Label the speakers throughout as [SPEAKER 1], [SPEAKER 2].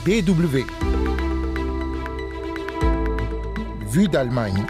[SPEAKER 1] DW. Vue d'Allemagne.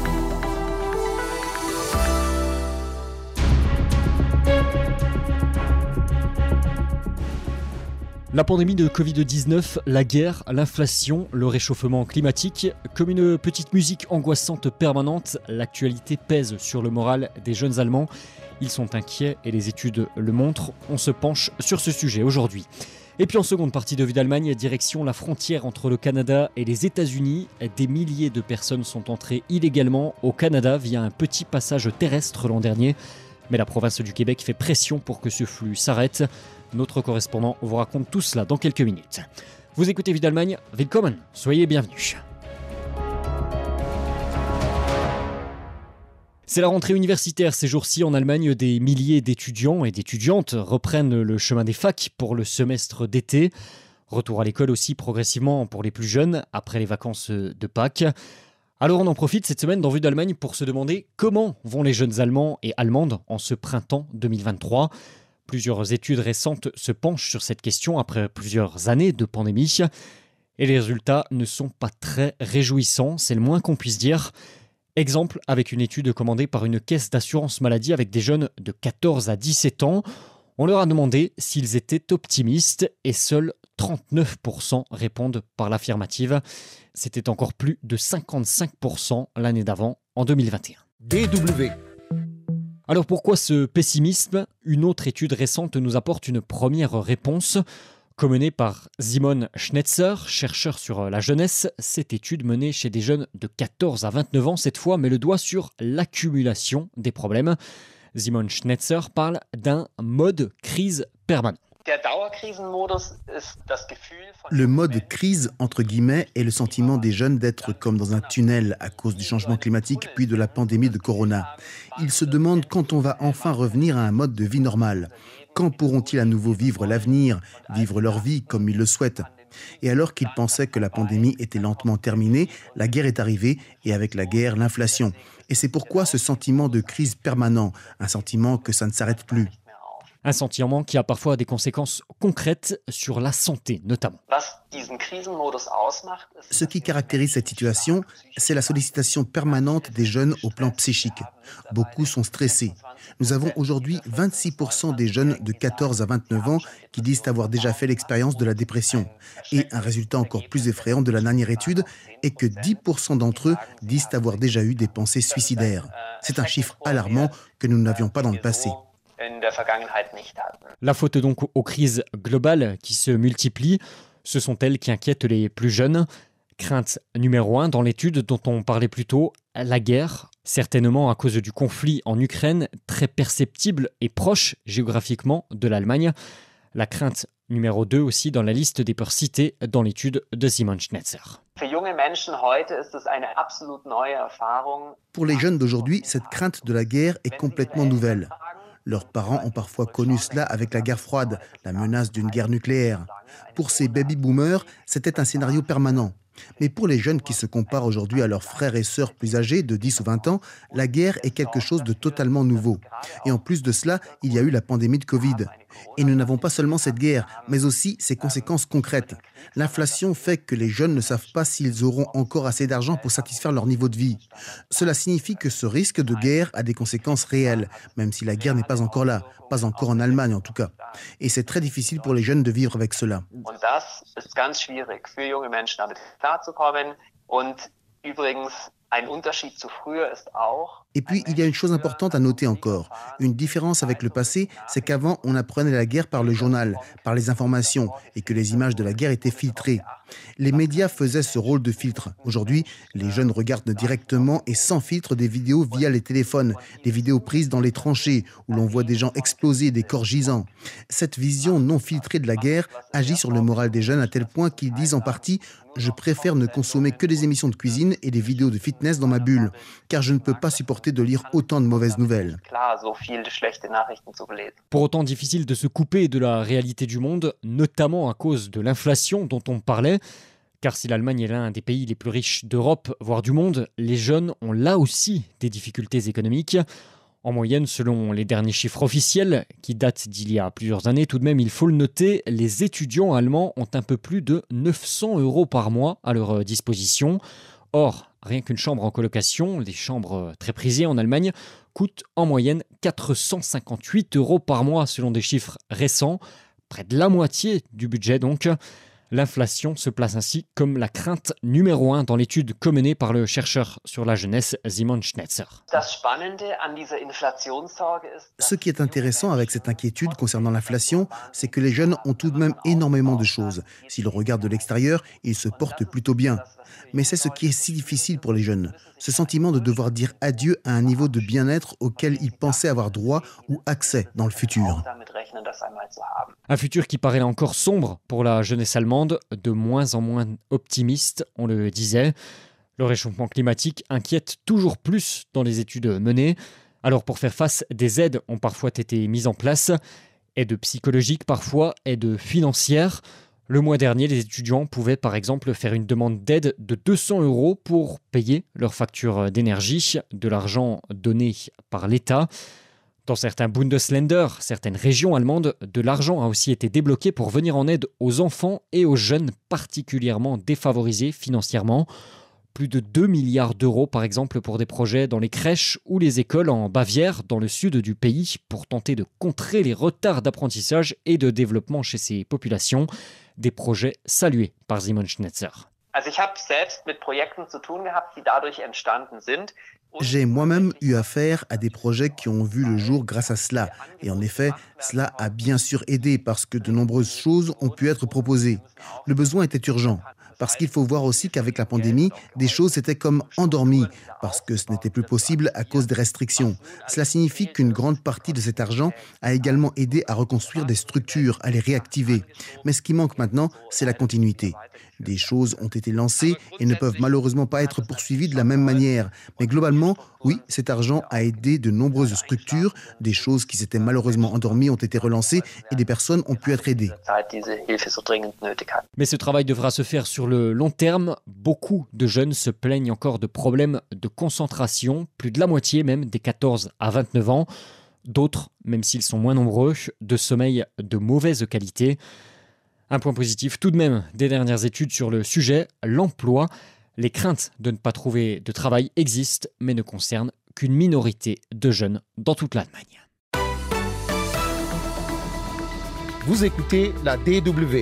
[SPEAKER 2] La pandémie de Covid-19, la guerre, l'inflation, le réchauffement climatique, comme une petite musique angoissante permanente, l'actualité pèse sur le moral des jeunes Allemands. Ils sont inquiets et les études le montrent. On se penche sur ce sujet aujourd'hui. Et puis en seconde partie de Vue d'Allemagne, direction la frontière entre le Canada et les États-Unis. Des milliers de personnes sont entrées illégalement au Canada via un petit passage terrestre l'an dernier. Mais la province du Québec fait pression pour que ce flux s'arrête. Notre correspondant vous raconte tout cela dans quelques minutes. Vous écoutez Vue d'Allemagne, willkommen, soyez bienvenus. C'est la rentrée universitaire ces jours-ci en Allemagne. Des milliers d'étudiants et d'étudiantes reprennent le chemin des facs pour le semestre d'été. Retour à l'école aussi progressivement pour les plus jeunes après les vacances de Pâques. Alors on en profite cette semaine dans Vue d'Allemagne pour se demander comment vont les jeunes Allemands et Allemandes en ce printemps 2023. Plusieurs études récentes se penchent sur cette question après plusieurs années de pandémie. Et les résultats ne sont pas très réjouissants, c'est le moins qu'on puisse dire. Exemple avec une étude commandée par une caisse d'assurance maladie avec des jeunes de 14 à 17 ans. On leur a demandé s'ils étaient optimistes et seuls 39% répondent par l'affirmative. C'était encore plus de 55% l'année d'avant, en 2021.
[SPEAKER 1] DW.
[SPEAKER 2] Alors pourquoi ce pessimisme ? Une autre étude récente nous apporte une première réponse. Menée par Simon Schnetzer, chercheur sur la jeunesse, cette étude menée chez des jeunes de 14 à 29 ans cette fois met le doigt sur l'accumulation des problèmes. Simon Schnetzer parle d'un mode crise permanent.
[SPEAKER 3] Le mode crise, entre guillemets, est le sentiment des jeunes d'être comme dans un tunnel à cause du changement climatique puis de la pandémie de Corona. Ils se demandent quand on va enfin revenir à un mode de vie normal. Quand pourront-ils à nouveau vivre l'avenir, vivre leur vie comme ils le souhaitent ? Et alors qu'ils pensaient que la pandémie était lentement terminée, la guerre est arrivée et avec la guerre, l'inflation. Et c'est pourquoi ce sentiment de crise permanent, un sentiment que ça ne s'arrête plus.
[SPEAKER 2] Un sentiment qui a parfois des conséquences concrètes sur la santé notamment.
[SPEAKER 3] Ce qui caractérise cette situation, c'est la sollicitation permanente des jeunes au plan psychique. Beaucoup sont stressés. Nous avons aujourd'hui 26% des jeunes de 14 à 29 ans qui disent avoir déjà fait l'expérience de la dépression. Et un résultat encore plus effrayant de la dernière étude est que 10% d'entre eux disent avoir déjà eu des pensées suicidaires. C'est un chiffre alarmant que nous n'avions pas dans le passé.
[SPEAKER 2] La faute donc aux crises globales qui se multiplient, ce sont elles qui inquiètent les plus jeunes. Crainte numéro 1 dans l'étude dont on parlait plus tôt, la guerre, certainement à cause du conflit en Ukraine, très perceptible et proche géographiquement de l'Allemagne. La crainte numéro 2 aussi dans la liste des peurs citées dans l'étude de Simon Schnetzer.
[SPEAKER 3] Pour les jeunes d'aujourd'hui, cette crainte de la guerre est complètement nouvelle. Leurs parents ont parfois connu cela avec la guerre froide, la menace d'une guerre nucléaire. Pour ces baby-boomers, c'était un scénario permanent. Mais pour les jeunes qui se comparent aujourd'hui à leurs frères et sœurs plus âgés de 10 ou 20 ans, la guerre est quelque chose de totalement nouveau. Et en plus de cela, il y a eu la pandémie de Covid. Et nous n'avons pas seulement cette guerre, mais aussi ses conséquences concrètes. L'inflation fait que les jeunes ne savent pas s'ils auront encore assez d'argent pour satisfaire leur niveau de vie. Cela signifie que ce risque de guerre a des conséquences réelles, même si la guerre n'est pas encore là, pas encore en Allemagne en tout cas. Et c'est très difficile pour les jeunes de vivre avec cela. Et puis, il y a une chose importante à noter encore. Une différence avec le passé, c'est qu'avant, on apprenait la guerre par le journal, par les informations, et que les images de la guerre étaient filtrées. Les médias faisaient ce rôle de filtre. Aujourd'hui, les jeunes regardent directement et sans filtre des vidéos via les téléphones, des vidéos prises dans les tranchées, où l'on voit des gens exploser, des corps gisants. Cette vision non filtrée de la guerre agit sur le moral des jeunes à tel point qu'ils disent en partie « Je préfère ne consommer que des émissions de cuisine et des vidéos de fitness dans ma bulle, car je ne peux pas supporter de lire autant de mauvaises nouvelles. »
[SPEAKER 2] Pour autant, difficile de se couper de la réalité du monde, notamment à cause de l'inflation dont on parlait. Car si l'Allemagne est l'un des pays les plus riches d'Europe, voire du monde, les jeunes ont là aussi des difficultés économiques. En moyenne, selon les derniers chiffres officiels, qui datent d'il y a plusieurs années, tout de même, il faut le noter, les étudiants allemands ont un peu plus de 900 € par mois à leur disposition. Or, rien qu'une chambre en colocation, les chambres très prisées en Allemagne, coûtent en moyenne 458 € par mois selon des chiffres récents, près de la moitié du budget donc. L'inflation se place ainsi comme la crainte numéro 1 dans l'étude menée par le chercheur sur la jeunesse Simon Schnetzer.
[SPEAKER 3] Ce qui est intéressant avec cette inquiétude concernant l'inflation, c'est que les jeunes ont tout de même énormément de choses. Si l'on regarde de l'extérieur, ils se portent plutôt bien. Mais c'est ce qui est si difficile pour les jeunes. Ce sentiment de devoir dire adieu à un niveau de bien-être auquel ils pensaient avoir droit ou accès dans le futur.
[SPEAKER 2] Un futur qui paraît là encore sombre pour la jeunesse allemande, de moins en moins optimiste, on le disait. Le réchauffement climatique inquiète toujours plus dans les études menées. Alors pour faire face, des aides ont parfois été mises en place. Aides psychologiques parfois, aides financières. Le mois dernier, les étudiants pouvaient par exemple faire une demande d'aide de 200 € pour payer leurs factures d'énergie, de l'argent donné par l'État. Dans certains Bundesländer, certaines régions allemandes, de l'argent a aussi été débloqué pour venir en aide aux enfants et aux jeunes particulièrement défavorisés financièrement. Plus de 2 milliards d'euros par exemple pour des projets dans les crèches ou les écoles en Bavière, dans le sud du pays, pour tenter de contrer les retards d'apprentissage et de développement chez ces populations. Des projets salués par Simon Schnetzer.
[SPEAKER 3] J'ai moi-même eu affaire à des projets qui ont vu le jour grâce à cela. Et en effet, cela a bien sûr aidé parce que de nombreuses choses ont pu être proposées. Le besoin était urgent. Parce qu'il faut voir aussi qu'avec la pandémie, des choses s'étaient comme endormies, parce que ce n'était plus possible à cause des restrictions. Cela signifie qu'une grande partie de cet argent a également aidé à reconstruire des structures, à les réactiver. Mais ce qui manque maintenant, c'est la continuité. Des choses ont été lancées et ne peuvent malheureusement pas être poursuivies de la même manière. Mais globalement, oui, cet argent a aidé de nombreuses structures. Des choses qui s'étaient malheureusement endormies ont été relancées et des personnes ont pu être aidées.
[SPEAKER 2] Mais ce travail devra se faire sur le long terme. Beaucoup de jeunes se plaignent encore de problèmes de concentration, plus de la moitié même des 14 à 29 ans. D'autres, même s'ils sont moins nombreux, de sommeil de mauvaise qualité. Un point positif tout de même des dernières études sur le sujet, l'emploi. Les craintes de ne pas trouver de travail existent, mais ne concernent qu'une minorité de jeunes dans toute l'Allemagne.
[SPEAKER 1] Vous écoutez la DW.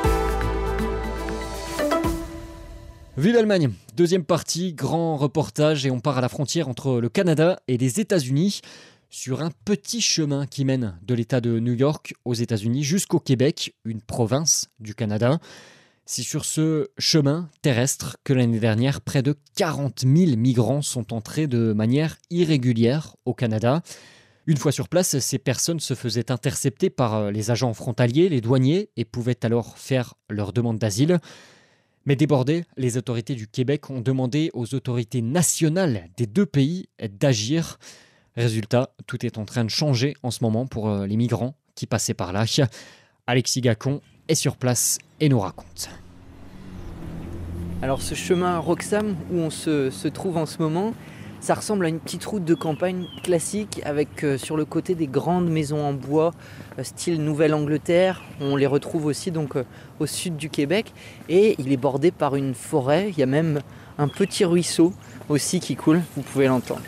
[SPEAKER 2] Vue d'Allemagne, deuxième partie, grand reportage et on part à la frontière entre le Canada et les États-Unis sur un petit chemin qui mène de l'État de New York aux États-Unis jusqu'au Québec, une province du Canada. C'est sur ce chemin terrestre que l'année dernière, près de 40 000 migrants sont entrés de manière irrégulière au Canada. Une fois sur place, ces personnes se faisaient intercepter par les agents frontaliers, les douaniers, et pouvaient alors faire leur demande d'asile. Mais débordées, les autorités du Québec ont demandé aux autorités nationales des deux pays d'agir. Résultat, tout est en train de changer en ce moment pour les migrants qui passaient par là. Alexis Gacon est sur place et nous raconte.
[SPEAKER 4] Alors ce chemin Roxham où on se trouve en ce moment, ça ressemble à une petite route de campagne classique avec sur le côté des grandes maisons en bois style Nouvelle-Angleterre. On les retrouve aussi donc au sud du Québec et il est bordé par une forêt. Il y a même un petit ruisseau aussi qui coule, vous pouvez l'entendre.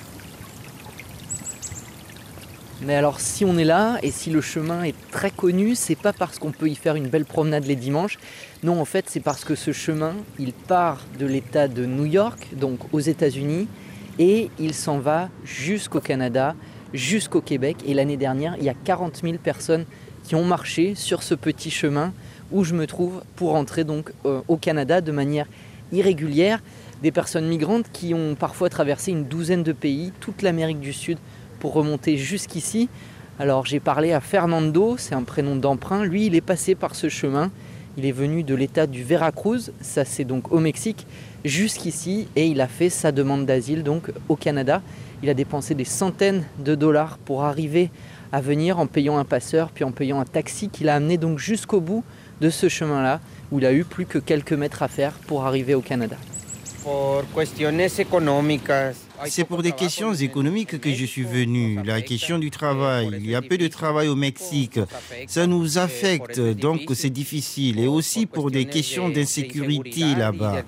[SPEAKER 4] Mais alors si on est là et si le chemin est très connu, c'est pas parce qu'on peut y faire une belle promenade les dimanches. Non, en fait, c'est parce que ce chemin, il part de l'État de New York, donc aux États-Unis, et il s'en va jusqu'au Canada, jusqu'au Québec. Et l'année dernière, il y a 40 000 personnes qui ont marché sur ce petit chemin où je me trouve pour entrer donc au Canada de manière irrégulière. Des personnes migrantes qui ont parfois traversé une douzaine de pays, toute l'Amérique du Sud, pour remonter jusqu'ici. Alors j'ai parlé à Fernando, c'est un prénom d'emprunt. Lui, il est passé par ce chemin. Il est venu de l'état du Veracruz, ça c'est donc au Mexique, jusqu'ici et il a fait sa demande d'asile donc au Canada. Il a dépensé des centaines de dollars pour arriver à venir en payant un passeur puis en payant un taxi qui l'a amené donc jusqu'au bout de ce chemin-là où il a eu plus que quelques mètres à faire pour arriver au Canada.
[SPEAKER 5] C'est pour des questions économiques que je suis venu. La question du travail. Il y a peu de travail au Mexique. Ça nous affecte, donc c'est difficile. Et aussi pour des questions d'insécurité là-bas.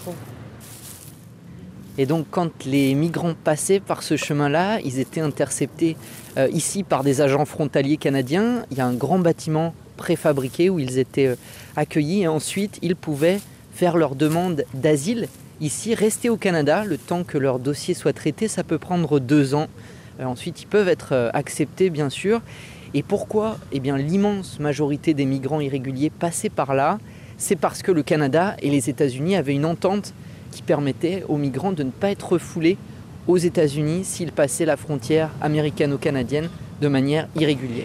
[SPEAKER 4] Et donc quand les migrants passaient par ce chemin-là, ils étaient interceptés ici par des agents frontaliers canadiens. Il y a un grand bâtiment préfabriqué où ils étaient accueillis et ensuite ils pouvaient faire leur demande d'asile. Ici, rester au Canada, le temps que leur dossier soit traité, ça peut prendre 2 ans. Ensuite, ils peuvent être acceptés, bien sûr. Et pourquoi ? Eh bien, l'immense majorité des migrants irréguliers passaient par là, c'est parce que le Canada et les États-Unis avaient une entente qui permettait aux migrants de ne pas être refoulés aux États-Unis s'ils passaient la frontière américano-canadienne de manière irrégulière.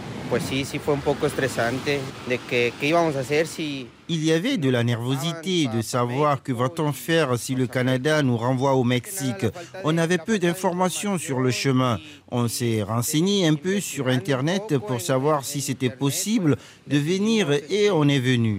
[SPEAKER 5] Il y avait de la nervosité de savoir que va-t-on faire si le Canada nous renvoie au Mexique. On avait peu d'informations sur le chemin. On s'est renseigné un peu sur Internet pour savoir si c'était possible de venir et on est venu.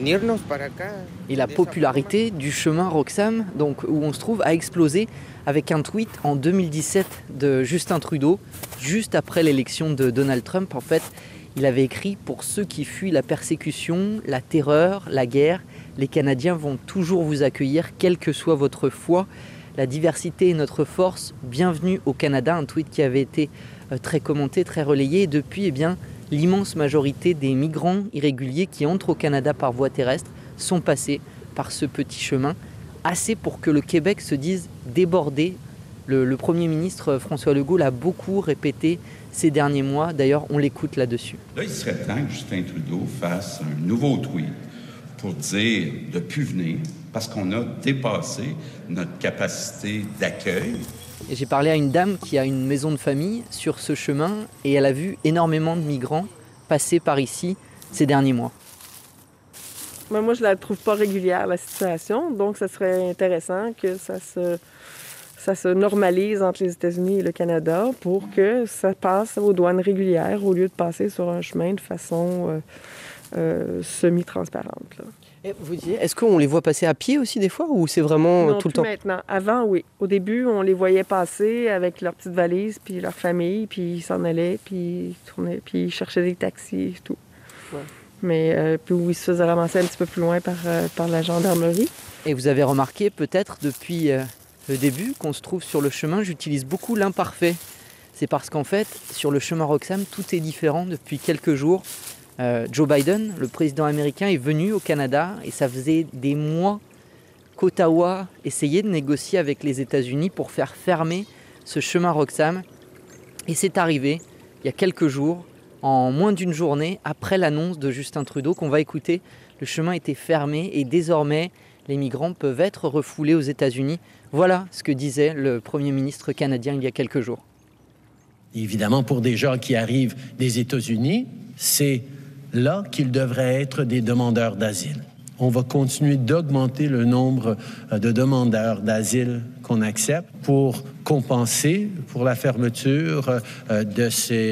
[SPEAKER 4] Et la popularité du chemin Roxham, donc où on se trouve, a explosé avec un tweet en 2017 de Justin Trudeau, juste après l'élection de Donald Trump. En fait, il avait écrit « Pour ceux qui fuient la persécution, la terreur, la guerre, les Canadiens vont toujours vous accueillir, quelle que soit votre foi. La diversité est notre force. Bienvenue au Canada », un tweet qui avait été très commenté, très relayé. Et depuis, eh bien, l'immense majorité des migrants irréguliers qui entrent au Canada par voie terrestre sont passés par ce petit chemin, assez pour que le Québec se dise débordé. Le Premier ministre François Legault l'a beaucoup répété ces derniers mois. D'ailleurs, on l'écoute là-dessus.
[SPEAKER 6] Là, il serait temps que Justin Trudeau fasse un nouveau tweet pour dire de ne plus venir parce qu'on a dépassé notre capacité d'accueil.
[SPEAKER 4] Et j'ai parlé à une dame qui a une maison de famille sur ce chemin et elle a vu énormément de migrants passer par ici ces derniers mois.
[SPEAKER 7] Moi, je ne la trouve pas régulière, la situation. Donc, ça serait intéressant que ça se normalise entre les États-Unis et le Canada pour que ça passe aux douanes régulières au lieu de passer sur un chemin de façon semi-transparente. Là.
[SPEAKER 8] Et vous disiez, est-ce qu'on les voit passer à pied aussi des fois ou c'est vraiment
[SPEAKER 7] non,
[SPEAKER 8] tout le temps?
[SPEAKER 7] Maintenant. Avant, oui. Au début, on les voyait passer avec leurs petites valises puis leur famille, puis ils s'en allaient, puis ils tournaient, puis ils cherchaient des taxis et tout. Ouais. Mais puis où ils se faisaient ramasser un petit peu plus loin par la gendarmerie.
[SPEAKER 4] Et vous avez remarqué peut-être depuis le début qu'on se trouve sur le chemin, j'utilise beaucoup l'imparfait. C'est parce qu'en fait, sur le chemin Roxham, tout est différent depuis quelques jours. Joe Biden, le président américain, est venu au Canada et ça faisait des mois qu'Ottawa essayait de négocier avec les États-Unis pour faire fermer ce chemin Roxham. Et c'est arrivé il y a quelques jours, en moins d'une journée, après l'annonce de Justin Trudeau qu'on va écouter. Le chemin était fermé et désormais, les migrants peuvent être refoulés aux États-Unis. Voilà ce que disait le Premier ministre canadien il y a quelques jours.
[SPEAKER 9] Évidemment, pour des gens qui arrivent des États-Unis, c'est là qu'ils devraient être des demandeurs d'asile. On va continuer d'augmenter le nombre de demandeurs d'asile qu'on accepte pour compenser pour la fermeture de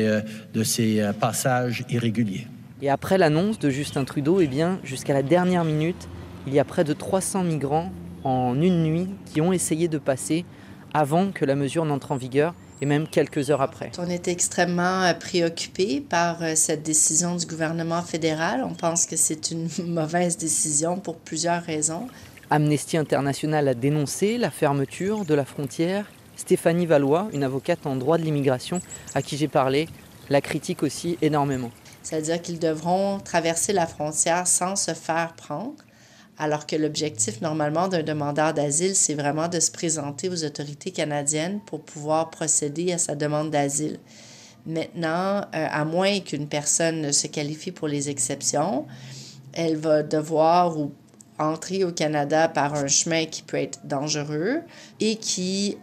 [SPEAKER 9] ces passages irréguliers.
[SPEAKER 4] Et après l'annonce de Justin Trudeau, eh bien, jusqu'à la dernière minute, il y a près de 300 migrants en une nuit qui ont essayé de passer avant que la mesure n'entre en vigueur et même quelques heures après.
[SPEAKER 10] On est extrêmement préoccupés par cette décision du gouvernement fédéral. On pense que c'est une mauvaise décision pour plusieurs raisons.
[SPEAKER 4] Amnesty International a dénoncé la fermeture de la frontière. Stéphanie Valois, une avocate en droit de l'immigration à qui j'ai parlé, la critique aussi énormément.
[SPEAKER 10] C'est-à-dire qu'ils devront traverser la frontière sans se faire prendre, alors que l'objectif normalement d'un demandeur d'asile, c'est vraiment de se présenter aux autorités canadiennes pour pouvoir procéder à sa demande d'asile. Maintenant, à moins qu'une personne ne se qualifie pour les exceptions, elle va devoir entrer au Canada par un chemin qui peut être dangereux et qui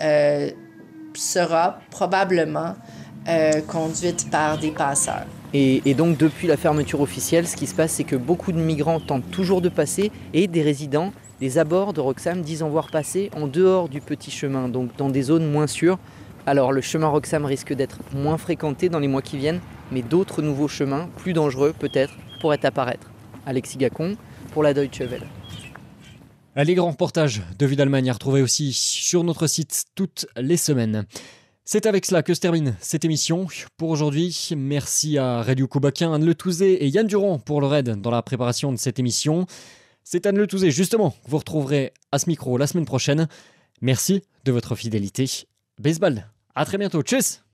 [SPEAKER 10] sera probablement conduite par des passeurs.
[SPEAKER 4] Et donc, depuis la fermeture officielle, ce qui se passe, c'est que beaucoup de migrants tentent toujours de passer et des résidents, des abords de Roxham, disent en voir passer en dehors du petit chemin, donc dans des zones moins sûres. Alors, le chemin Roxham risque d'être moins fréquenté dans les mois qui viennent, mais d'autres nouveaux chemins, plus dangereux peut-être, pourraient apparaître. Alexis Gacon, pour la Deutsche Welle.
[SPEAKER 2] Les grands reportages de Vue d'Allemagne à retrouver aussi sur notre site toutes les semaines. C'est avec cela que se termine cette émission. Pour aujourd'hui, merci à Réliou Koubakin, Anne Le Touzé et Yann Durand pour leur aide dans la préparation de cette émission. C'est Anne Le Touzé, justement, que vous retrouverez à ce micro la semaine prochaine. Merci de votre fidélité. Baseball, à très bientôt. Tchuss!